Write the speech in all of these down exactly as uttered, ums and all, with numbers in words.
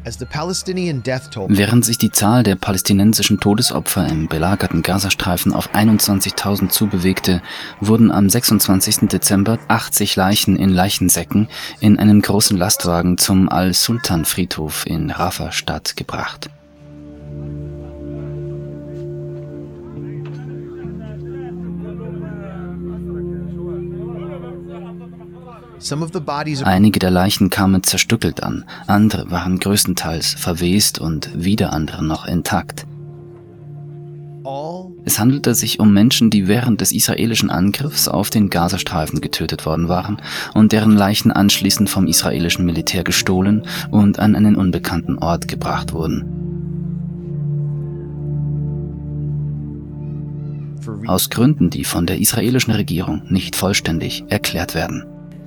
Während sich die Zahl der palästinensischen Todesopfer im belagerten Gazastreifen auf einundzwanzigtausend zubewegte, wurden am sechsundzwanzigsten Dezember achtzig Leichen in Leichensäcken in einem großen Lastwagen zum Al-Sultan-Friedhof in Rafah-Stadt gebracht. Einige der Leichen kamen zerstückelt an, andere waren größtenteils verwest und wieder andere noch intakt. Es handelte sich um Menschen, die während des israelischen Angriffs auf den Gazastreifen getötet worden waren und deren Leichen anschließend vom israelischen Militär gestohlen und an einen unbekannten Ort gebracht wurden. Aus Gründen, die von der israelischen Regierung nicht vollständig erklärt werden.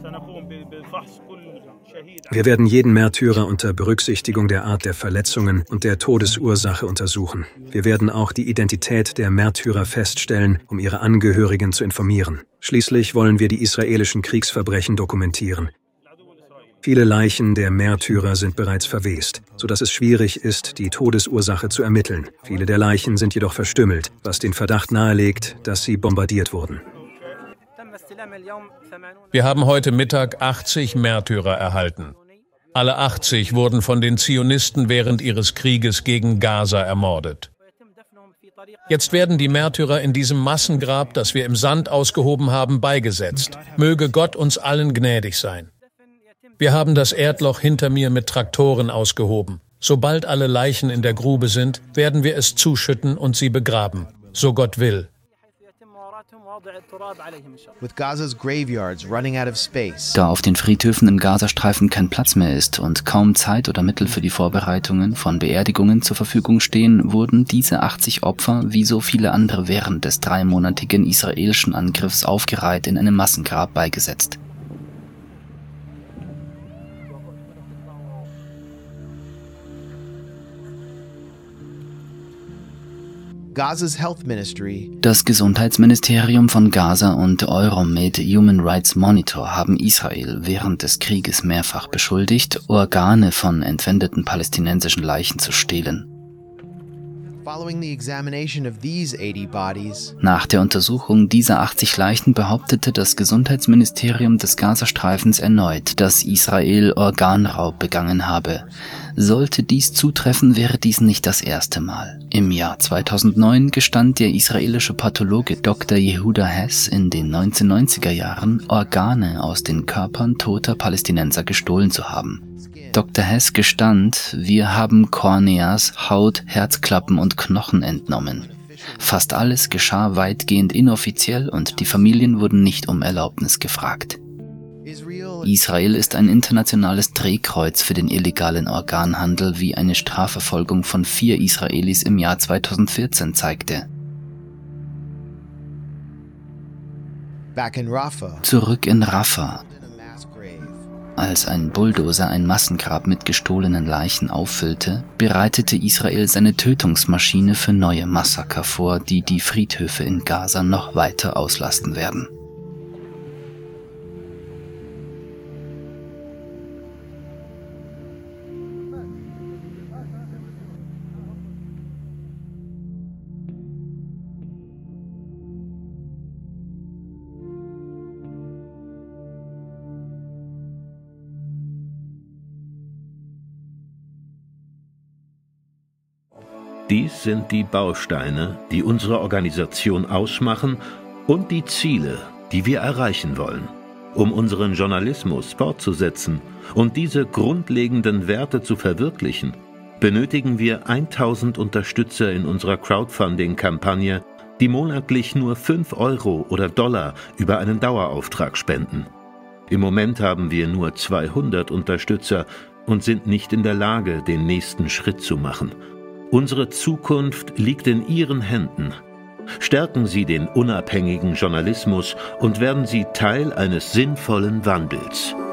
Wir werden jeden Märtyrer unter Berücksichtigung der Art der Verletzungen und der Todesursache untersuchen. Wir werden auch die Identität der Märtyrer feststellen, um ihre Angehörigen zu informieren. Schließlich wollen wir die israelischen Kriegsverbrechen dokumentieren. Viele Leichen der Märtyrer sind bereits verwest, sodass es schwierig ist, die Todesursache zu ermitteln. Viele der Leichen sind jedoch verstümmelt, was den Verdacht nahelegt, dass sie bombardiert wurden. Wir haben heute Mittag achtzig Märtyrer erhalten. Alle achtzig wurden von den Zionisten während ihres Krieges gegen Gaza ermordet. Jetzt werden die Märtyrer in diesem Massengrab, das wir im Sand ausgehoben haben, beigesetzt. Möge Gott uns allen gnädig sein. Wir haben das Erdloch hinter mir mit Traktoren ausgehoben. Sobald alle Leichen in der Grube sind, werden wir es zuschütten und sie begraben, so Gott will. Da auf den Friedhöfen im Gazastreifen kein Platz mehr ist und kaum Zeit oder Mittel für die Vorbereitungen von Beerdigungen zur Verfügung stehen, wurden diese achtzig Opfer wie so viele andere während des dreimonatigen israelischen Angriffs aufgereiht in einem Massengrab beigesetzt. Das Gesundheitsministerium von Gaza und Euromed Human Rights Monitor haben Israel während des Krieges mehrfach beschuldigt, Organe von entwendeten palästinensischen Leichen zu stehlen. Nach der Untersuchung dieser achtzig Leichen behauptete das Gesundheitsministerium des Gazastreifens erneut, dass Israel Organraub begangen habe. Sollte dies zutreffen, wäre dies nicht das erste Mal. Im Jahr zweitausendneun gestand der israelische Pathologe Doktor Yehuda Hess in den neunzehnhundertneunziger Jahren, Organe aus den Körpern toter Palästinenser gestohlen zu haben. Doktor Hess gestand, wir haben Korneas, Haut, Herzklappen und Knochen entnommen. Fast alles geschah weitgehend inoffiziell und die Familien wurden nicht um Erlaubnis gefragt. Israel ist ein internationales Drehkreuz für den illegalen Organhandel, wie eine Strafverfolgung von vier Israelis im Jahr zweitausendvierzehn zeigte. Zurück in Rafah. Als ein Bulldozer ein Massengrab mit gestohlenen Leichen auffüllte, bereitete Israel seine Tötungsmaschine für neue Massaker vor, die die Friedhöfe in Gaza noch weiter auslasten werden. Dies sind die Bausteine, die unsere Organisation ausmachen und die Ziele, die wir erreichen wollen. Um unseren Journalismus fortzusetzen und diese grundlegenden Werte zu verwirklichen, benötigen wir tausend Unterstützer in unserer Crowdfunding-Kampagne, die monatlich nur fünf Euro oder Dollar über einen Dauerauftrag spenden. Im Moment haben wir nur zweihundert Unterstützer und sind nicht in der Lage, den nächsten Schritt zu machen. Unsere Zukunft liegt in Ihren Händen. Stärken Sie den unabhängigen Journalismus und werden Sie Teil eines sinnvollen Wandels.